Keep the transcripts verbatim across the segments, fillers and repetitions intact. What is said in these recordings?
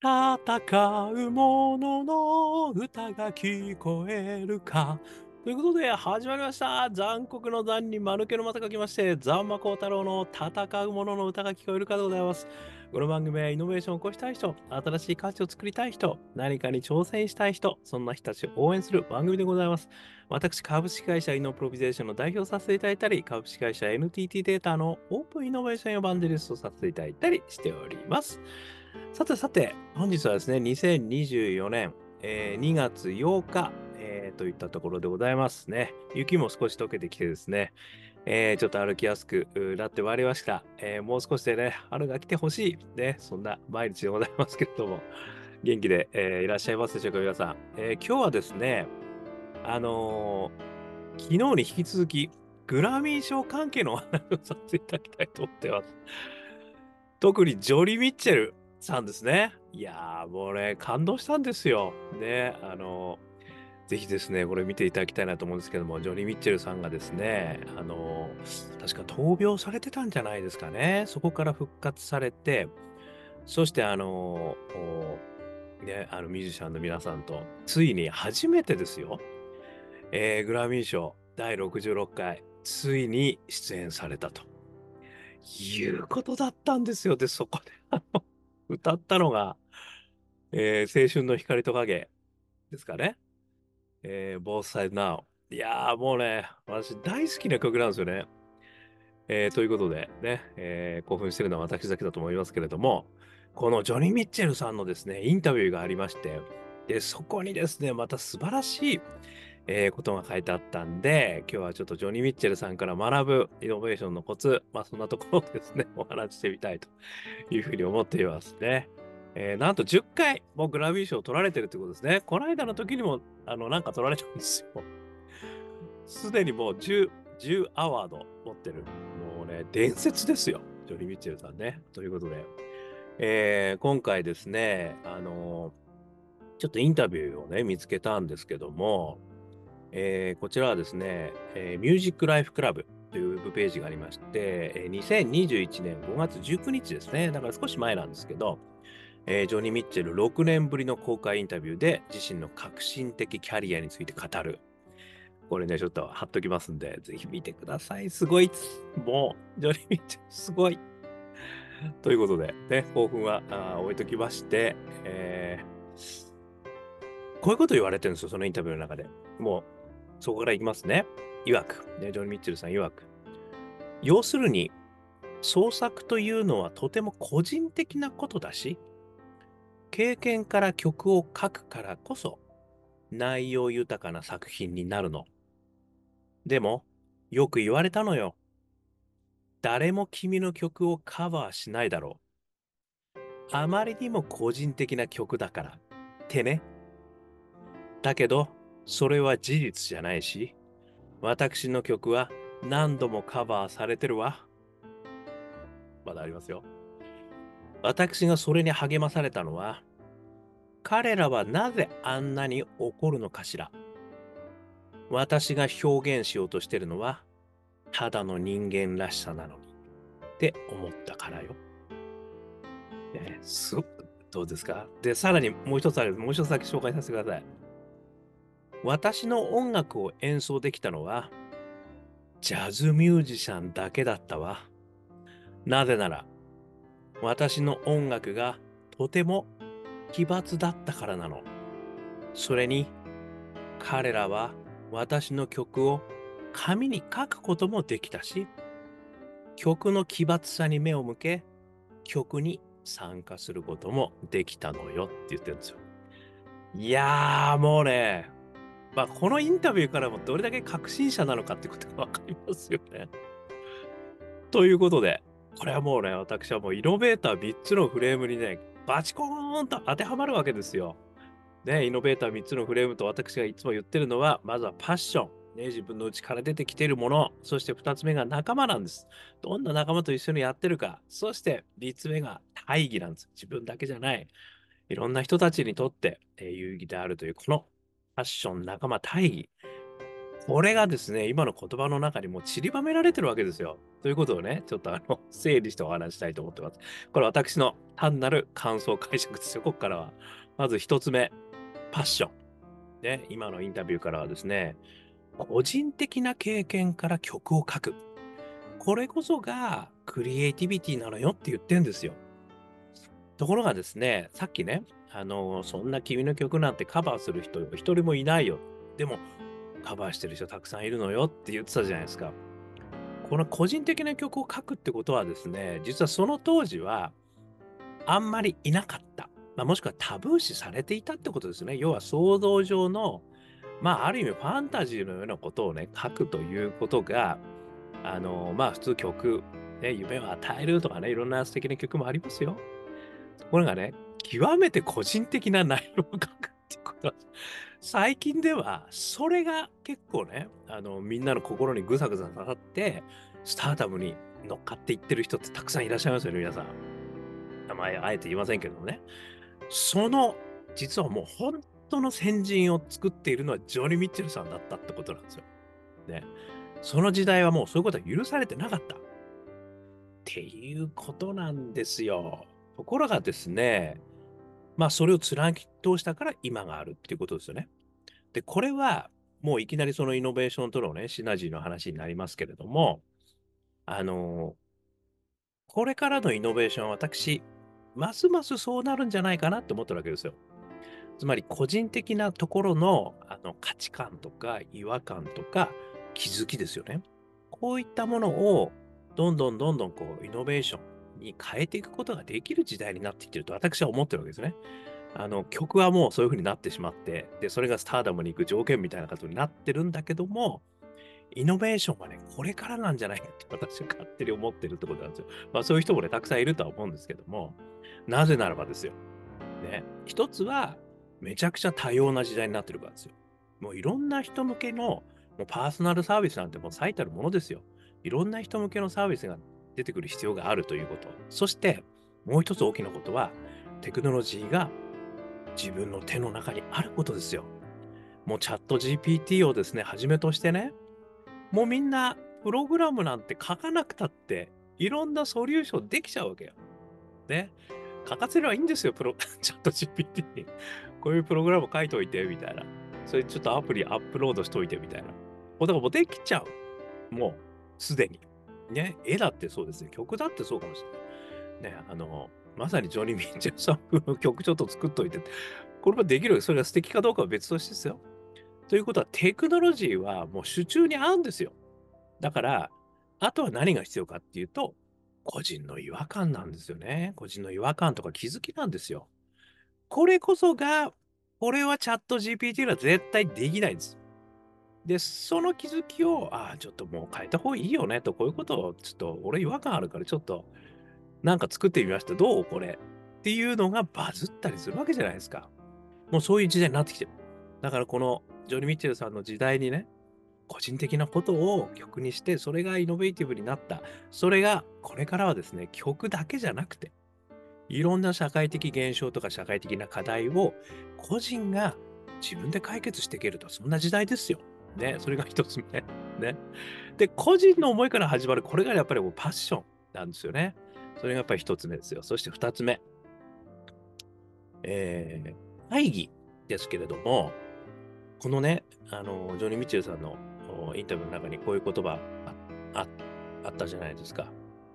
戦う者の歌が聞こえるか。ということで、始まりました。残酷の残に間抜けのまた書きまして、ザンマコウタロウの戦う者の歌が聞こえるかでございます。この番組はイノベーションを起こしたい人、新しい価値を作りたい人、何かに挑戦したい人、そんな人たちを応援する番組でございます。私、株式会社イノプロビゼーションの代表をさせていただいたり、株式会社 エヌティーティー データのオープンイノベーションエヴァンジェリストをさせていただいたりしております。さてさて、本日はですね、にせんにじゅうよねん、えー、にがつようか、えー、といったところでございますね。雪も少し溶けてきてですね、えー、ちょっと歩きやすくなってまいりました。えー、もう少しでね、春が来てほしい。ね、そんな毎日でございますけれども、元気で、えーいらっしゃいますでしょうか、皆さん。えー今日はですね、あのー昨日に引き続き、グラミー賞関係のお話をさせていただきたいと思ってます。特にジョリー・ミッチェルさんですね。いやー、もうね、感動したんですよ。ね、あの、ぜひですね、これ見ていただきたいなと思うんですけども、ジョリー・ミッチェルさんがですね、あの、確か闘病されてたんじゃないですかね。そこから復活されて、そしてあの、おね、あのミュージシャンの皆さんと、ついに初めてですよ、えーグラミー賞だいろくじゅうろっかい、ついに出演されたということだったんですよ。で、そこであの歌ったのが、えー青春の光と影ですかね。えー、Both Side Now。いやーもうね、私大好きな曲なんですよね。えーということでね、えー興奮してるのは私だけだと思いますけれども、このジョニー・ミッチェルさんのですね、インタビューがありまして、で、そこにですね、また素晴らしい、えーことが書いてあったんで、今日はちょっとジョニー・ミッチェルさんから学ぶイノベーションのコツ、まあそんなところをですね、お話ししてみたいというふうに思っていますね。えーなんとじゅっかいもグラミー賞を取られてるってことですね。この間の時にも、あの、なんか取られたんですよ。すでにもうじゅう、じゅうアワード持ってる。もうね、伝説ですよ。ジョリー・ミッチェルさんね。ということで、えー今回ですね、あのーちょっとインタビューをね、見つけたんですけども、えーこちらはですね、えーミュージックライフクラブというウェブページがありまして、えーにせんにじゅういちねんごがつじゅうくにちですね。だから少し前なんですけど、えージョニー・ミッチェルろくねんぶりの公開インタビューで自身の革新的キャリアについて語る。これね、ちょっと貼っときますんで、ぜひ見てください。すごいっす。もう、ジョニー・ミッチェルすごい。ということで、ね、興奮はあー置いときまして、えーこういうこと言われてるんですよ、そのインタビューの中で。もう、そこからいきますね。曰く、ね、ジョニー・ミッチェルさん曰く。要するに、創作というのはとても個人的なことだし、経験から曲を書くからこそ、内容豊かな作品になるの。でも、よく言われたのよ。誰も君の曲をカバーしないだろう。あまりにも個人的な曲だから。ってね。だけど、それは事実じゃないし、私の曲は何度もカバーされてるわ。まだありますよ。私がそれに励まされたのは、彼らはなぜあんなに怒るのかしら。私が表現しようとしてるのは、ただの人間らしさなのに。って思ったからよ。ね、すごく、どうですか？で、さらにもう一つある、もう一つだけ紹介させてください。私の音楽を演奏できたのは、ジャズミュージシャンだけだったわ。なぜなら、私の音楽がとても奇抜だったからなの。それに、彼らは私の曲を紙に書くこともできたし、曲の奇抜さに目を向け、曲に参加することもできたのよって言ってるんですよ。いやー、もうね、まあ、このインタビューからもどれだけ革新者なのかってことがわかりますよね。ということで、これはもうね、私はもうイノベーターみっつのフレームにね、バチコーンと当てはまるわけですよ。ね、イノベーターみっつのフレームと私がいつも言ってるのは、まずはパッション。ね、自分の内から出てきているもの。そしてふたつめが仲間なんです。どんな仲間と一緒にやってるか。そしてみっつめが大義なんです。自分だけじゃない。いろんな人たちにとって、えー有意義であるという、このパッション、仲間、大義。 これがですね、今の言葉の中にも散りばめられてるわけですよ。ということをね、ちょっとあの、整理してお話ししたいと思ってます。これ私の単なる感想解釈ですよ、ここからは。まず一つ目、パッション。ね、今のインタビューからはですね、個人的な経験から曲を書く。これこそがクリエイティビティなのよって言ってんですよ。ところがですね、さっきね、あの、そんな君の曲なんてカバーする人一人もいないよ。でも、カバーしてる人たくさんいるのよって言ってたじゃないですか。この個人的な曲を書くってことはですね、実はその当時はあんまりいなかった。まあ、もしくはタブー視されていたってことですね。要は想像上の、まあ、ある意味ファンタジーのようなことをね、書くということが、あの、まあ、普通曲、ね、夢を与えるとかね、いろんな素敵な曲もありますよ。ところがね、極めて個人的な内容を書くっていうことは、最近ではそれが結構ね、あの、みんなの心にぐさぐさ刺さって、スターダムに乗っかっていってる人ってたくさんいらっしゃいますよね、皆さん。名前あえて言いませんけどもね。その、実はもう本当の先陣を作っているのはジョニー・ミッチェルさんだったってことなんですよ。ね。その時代はもうそういうことは許されてなかった。っていうことなんですよ。ところがですね、まあ、それを貫き通したから今があるっていうことですよね。で、これは、もういきなりそのイノベーションとのね、シナジーの話になりますけれども、あの、これからのイノベーションは私、ますますそうなるんじゃないかなって思ってるわけですよ。つまり個人的なところの、あの、価値観とか違和感とか気づきですよね。こういったものをどんどんどんどんこうイノベーションに変えていくことができる時代になってきてると私は思ってるわけですね。あの、曲はもうそういう風になってしまって、で、それがスターダムに行く条件みたいなことになってるんだけども、イノベーションはね、これからなんじゃないかって私は勝手に思ってるってことなんですよ。まあ、そういう人もね、たくさんいるとは思うんですけども、なぜならばですよ。ね、一つは、めちゃくちゃ多様な時代になってるからですよ。もういろんな人向けの、もうパーソナルサービスなんてもう最たるものですよ。いろんな人向けのサービスが出てくる必要があるということ。そして、もう一つ大きなことは、テクノロジーが自分の手の中にあることですよ。もうチャット ジーピーティー をですね、はじめとしてね、もうみんなプログラムなんて書かなくたって、いろんなソリューションできちゃうわけよ。ね。書かせればいいんですよ、プロチャット ジーピーティー に。こういうプログラム書いといてみたいな。それちょっとアプリアップロードしといてみたいな。もうだからもうできちゃう。もうすでに。ね、絵だってそうですよ。曲だってそうかもしれない。ね、あの、まさにジョニー・ミンチェルさん風の曲ちょっと作っといて、これもできる。それが素敵かどうかは別としてですよ。ということは、テクノロジーはもう手中にあるんですよ。だから、あとは何が必要かっていうと、個人の違和感なんですよね。個人の違和感とか気づきなんですよ。これこそが、これはチャット ジーピーティー は絶対できないんです。で、その気づきを、ああ、ちょっともう変えた方がいいよねと、こういうことをちょっと俺違和感あるからちょっとなんか作ってみました。どうこれ。っていうのがバズったりするわけじゃないですか。もうそういう時代になってきてる。だからこのジョニー・ミッチェルさんの時代にね、個人的なことを曲にして、それがイノベーティブになった。それがこれからはですね、曲だけじゃなくて、いろんな社会的現象とか社会的な課題を個人が自分で解決していけると、そんな時代ですよ。ね、それが一つ目。ね。で、個人の思いから始まる、これがやっぱりもうパッションなんですよね。それがやっぱり一つ目ですよ。そして二つ目。えー、会議ですけれども、このね、あの、ジョニー・ミッチェルさんのおインタビューの中にこういう言葉あああったじゃないですか。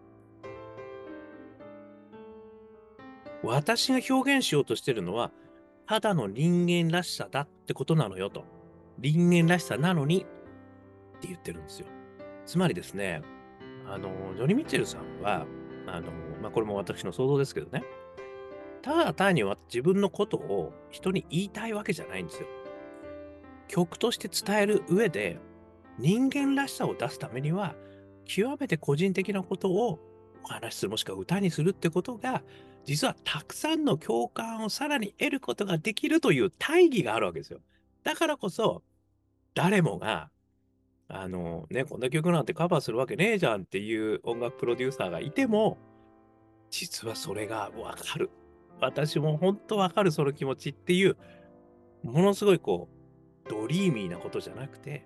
私が表現しようとしてるのは、ただの人間らしさだってことなのよと。人間らしさなのにって言ってるんですよ。つまりですね、あの、ジョニー・ミッチェルさんは、あの、まあ、これも私の想像ですけどね、ただ単には自分のことを人に言いたいわけじゃないんですよ。曲として伝える上で、人間らしさを出すためには、極めて個人的なことをお話しする、もしくは歌にするってことが、実はたくさんの共感をさらに得ることができるという大義があるわけですよ。だからこそ、誰もが、あのね、こんな曲なんてカバーするわけねえじゃんっていう音楽プロデューサーがいても、実はそれがわかる。私も本当わかる、その気持ちっていう、ものすごいこう、ドリーミーなことじゃなくて、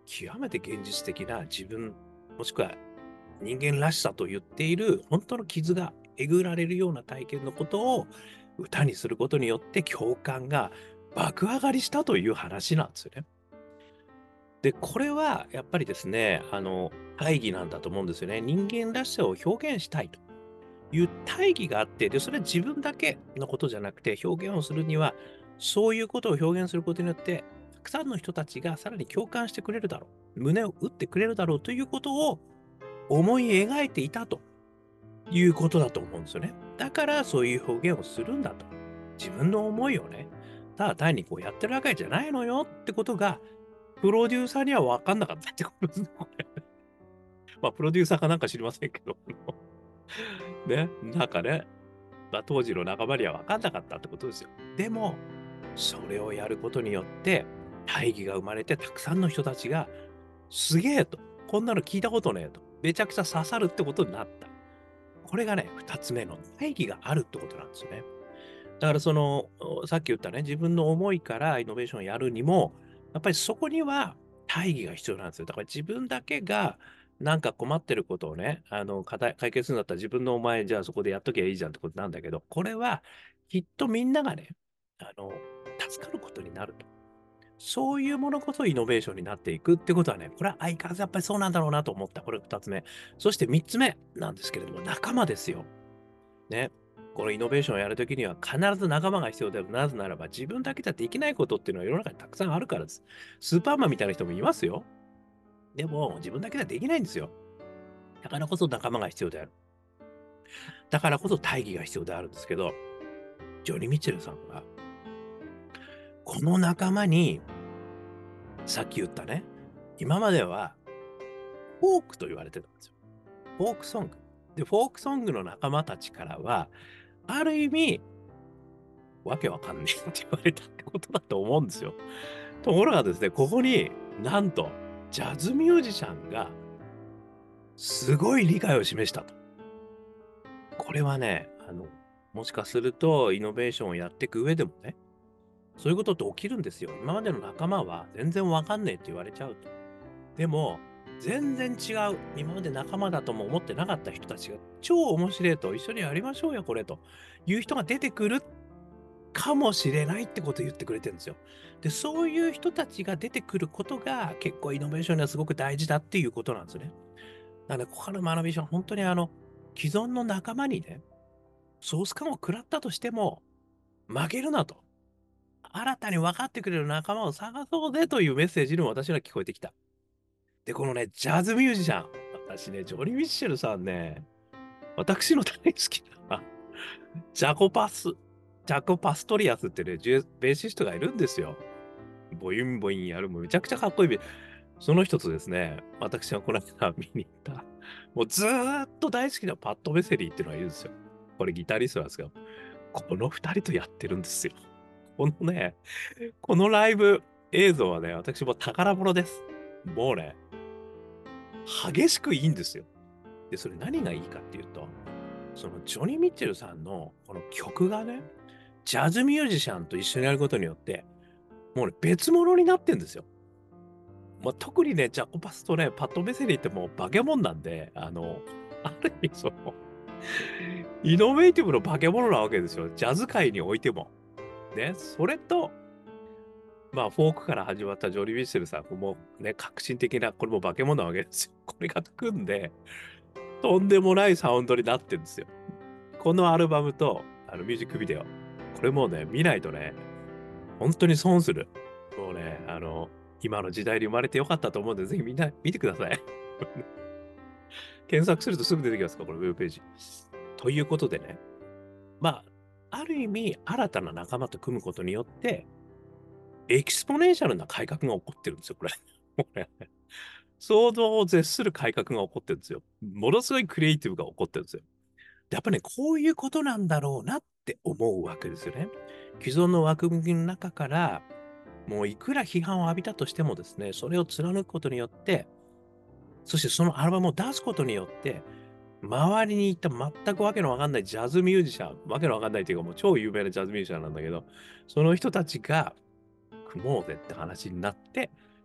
極めて現実的な自分、もしくは人間らしさと言っている本当の傷がえぐられるような体験のことを歌にすることによって共感が爆上がりしたという話なんですよね。で、これはやっぱりですね、あの、大義なんだと思うんですよね。人間らしさを表現したいという大義があって、で、それは自分だけのことじゃなくて、表現をするには、そういうことを表現することによって、たくさんの人たちがさらに共感してくれるだろう、胸を打ってくれるだろうということを思い描いていたということだと思うんですよね。だからそういう表現をするんだと。自分の思いをね、ただ単にこうやってるわけじゃないのよってことが、プロデューサーには分かんなかったってことですね、これ。まあ、プロデューサーかなんか知りませんけど、ね、なんかね、まあ、当時の仲間には分かんなかったってことですよ。でも、それをやることによって、大義が生まれて、たくさんの人たちが、すげえと、こんなの聞いたことねえと、めちゃくちゃ刺さるってことになった。これがね、ふたつめの大義があるってことなんですよね。だからその、おさっき言ったね、自分の思いからイノベーションをやるにも、やっぱりそこには大義が必要なんですよ。だから自分だけがなんか困ってることをね、あの、かた解決するんだったら自分のお前じゃあそこでやっときゃいいじゃんってことなんだけど、これはきっとみんながね、あの、助かることになると。そういうものこそイノベーションになっていくってことはね、これは相変わらずやっぱりそうなんだろうなと思った。これふたつめ。そしてみっつめなんですけれども、仲間ですよ。ね。このイノベーションをやるときには必ず仲間が必要である。なぜならば自分だけじゃできないことっていうのは世の中にたくさんあるからです。スーパーマンみたいな人もいますよ。でも自分だけじゃできないんですよ。だからこそ仲間が必要である。だからこそ大義が必要であるんですけど、ジョニー・ミッチェルさんは、この仲間に、さっき言ったね、今まではフォークと言われてたんですよ。フォークソング。で、フォークソングの仲間たちからは、ある意味、わけわかんねえって言われたってことだと思うんですよ。ところがですね、ここになんとジャズミュージシャンがすごい理解を示したと。これはね、あの、もしかするとイノベーションをやっていく上でもね、そういうことって起きるんですよ。今までの仲間は全然わかんねえって言われちゃうと。でも、全然違う、今まで仲間だとも思ってなかった人たちが超面白いと、一緒にやりましょうよ、これという人が出てくるかもしれないってことを言ってくれてるんですよ。で、そういう人たちが出てくることが結構イノベーションにはすごく大事だっていうことなんですよね。なので、ここからの学びは本当にあの、既存の仲間にね、ソース感を食らったとしても、負けるなと。新たに分かってくれる仲間を探そうぜというメッセージにも私には聞こえてきた。で、このね、ジャズミュージシャン。私ね、ジョニー・ミッシェルさんね、私の大好きなジャコパス、ジャコ・パストリアスってね、ジュベーシストがいるんですよ。ボインボインやる、もうめちゃくちゃかっこいいベ。その一つですね、私がこの間見に行った、もうずーっと大好きなパッド・ベセリーっていうのがいるんですよ。これギタリストなんですよ。この二人とやってるんですよ。このね、このライブ映像はね、私も宝物です。もうね、激しくいいんですよ。で、それ何がいいかっていうと、そのジョニー・ミッチェルさんのこの曲がね、ジャズミュージシャンと一緒にやることによって、もうね、別物になってんですよ。まあ、特にね、ジャコパスとね、パッド・ベセリーってもう化け物なんで、あの、ある意味その、イノベーティブの化け物なわけですよ。ジャズ界においても。ね、それと、まあ、フォークから始まったジョニー・ミッシェルさんもね、革新的な、これも化け物なわけですよ。これが組んで、とんでもないサウンドになってるんですよ。このアルバムと、あの、ミュージックビデオ。これもうね、見ないとね、本当に損する。もうね、あの、今の時代に生まれてよかったと思うんで、ぜひみんな見てください。検索するとすぐ出てきますか、このウェブページ。ということでね、まあ、ある意味、新たな仲間と組むことによって、エキスポネンシャルな改革が起こってるんですよ、これ。もうね、想像を絶する改革が起こってるんですよ。ものすごいクリエイティブが起こってるんですよ。やっぱね、こういうことなんだろうなって思うわけですよね。既存の枠組みの中から、もういくら批判を浴びたとしてもですね、それを貫くことによって、そしてそのアルバムを出すことによって、周りにいた全くわけのわかんないジャズミュージシャン、わけのわかんないというかもう超有名なジャズミュージシャンなんだけど、その人たちが組もうぜって話になって、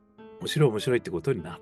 面白い面白いってことになって、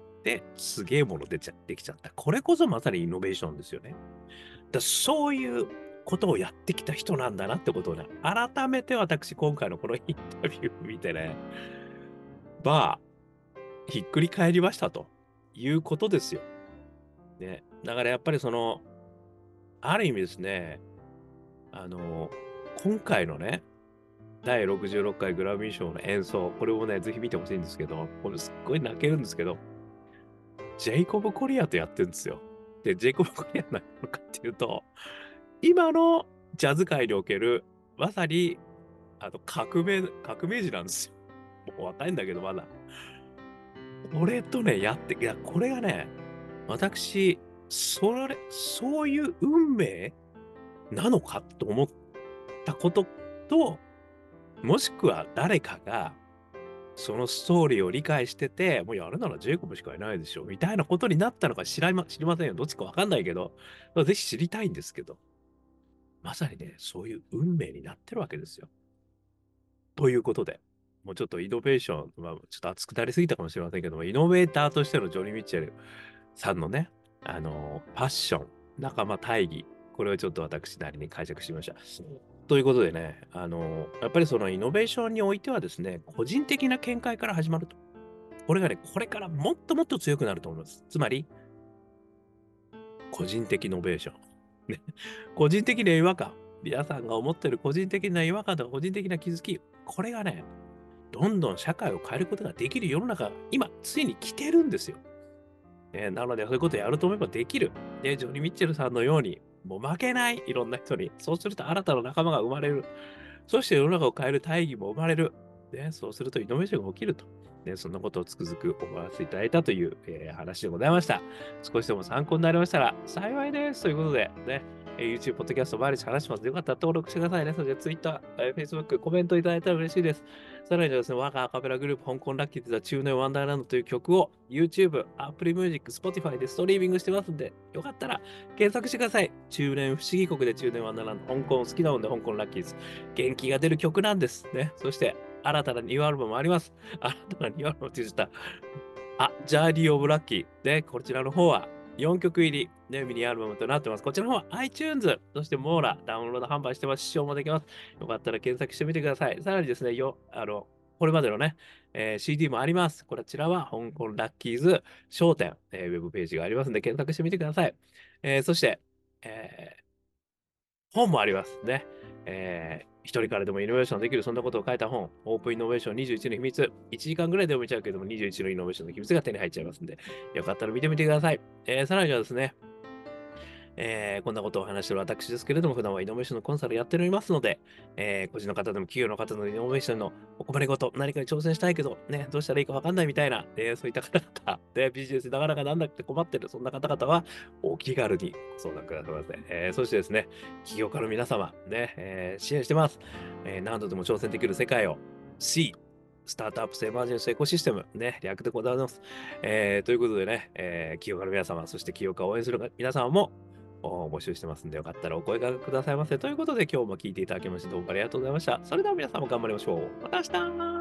すげえもの出ちゃできちゃった。これこそまさにイノベーションですよね。だ、そういうことをやってきた人なんだなってことをね、改めて私今回のこのインタビューを見てね、まあ、ひっくり返りましたということですよ。ね。だからやっぱりその、ある意味ですね、あの、今回のね、だいろくじゅうろっかいグラミー賞の演奏、これをね、ぜひ見てほしいんですけど、これすっごい泣けるんですけど、ジェイコブ・コリアとやってるんですよ。で、ジェイコブ・コリア何なのかっていうと、今のジャズ界における、まさに、あの、革命革命児なんですよ。もう若いんだけど、まだ。これとね、やっていや、これがね、私、それそういう運命なのかと思ったことと、もしくは誰かが、そのストーリーを理解してて、もうやるならジェイコブしかいないでしょ、みたいなことになったのか知らま知りませんよ。どっちかわかんないけど、ま、ぜひ知りたいんですけど、まさにね、そういう運命になってるわけですよ。ということで、もうちょっとイノベーション、まあ、ちょっと熱くなりすぎたかもしれませんけども、イノベーターとしてのジョニー・ミッチェルさんのね、あの、パッション、仲間大義、これをちょっと私なりに解釈しました。ということでね、あの、やっぱりそのイノベーションにおいてはですね、個人的な見解から始まると。これがね、これからもっともっと強くなると思います。つまり、個人的イノベーション。ね、個人的な違和感。皆さんが思っている個人的な違和感とか個人的な気づき、これがね、どんどん社会を変えることができる世の中が今、ついに来てるんですよ。ね、なので、そういうことをやろうと思えばできる。で、ジョニー・ミッチェルさんのように、もう負けない、いろんな人に。そうすると新たな仲間が生まれる。そして世の中を変える大義も生まれる。ね、そうするとイノベーションが起きると。ね、そんなことをつくづく思わせていただいたという、えー話でございました。少しでも参考になりましたら幸いです。ということで、ね、えー YouTube、ポッドキャスト毎日話します。よかったら登録してくださいね。そして Twitter、えー Facebook、コメントいただいたら嬉しいです。さらにはですね、我がアカペラグループ、香港ラッキーズは中年ワンダーランドという曲を YouTube、Apple Music、Spotify でストリーミングしてますんで、よかったら検索してください。中年不思議国で中年ワンダーランド、香港好きなので香港ラッキーズ。元気が出る曲なんですね。そして、新たなニューアルバムもあります。新たなニューアルバムって言ってた。あ、ジャーニー・オブ・ラッキー。で、こちらの方はよんきょく入り、ね、ミニアルバムとなってます。こちらの方は iTunes、そしてモーラ、ダウンロード販売してます。視聴もできます。よかったら検索してみてください。さらにですね、よ、あの、これまでのね、えー シーディー もあります。こちらは香港ラッキーズ商店、えーウェブページがありますので検索してみてください。えーそして、えー本もありますね。えー一人からでもイノベーションできる、そんなことを書いた本、オープンイノベーションにじゅういちの秘密。いちじかんぐらいで読めちゃうけども、にじゅういちのイノベーションの秘密が手に入っちゃいますんで、よかったら見てみてください。えーさらにはですね、えーこんなことを話している私ですけれども、普段はイノベーションのコンサルやっておりますので、えー個人の方でも企業の方のイノベーションのお困りごと、何かに挑戦したいけど、ね、どうしたらいいかわかんないみたいな、えーそういった方々、で、ビジネスなかなかなんなくて困ってる、そんな方々は、お気軽にご相談くださいませ。えーそしてですね、起業家の皆様、ね、えー支援してます。えー何度でも挑戦できる世界を C、スタートアップスエマージェンスエコシステム、ね、略でございます。えーということでね、えー起業家の皆様、そして起業家を応援する皆様も、お募集してますんで、よかったらお声掛けくださいませ。ということで、今日も聞いていただきまして、どうもありがとうございました。それでは皆さんも頑張りましょう。また明日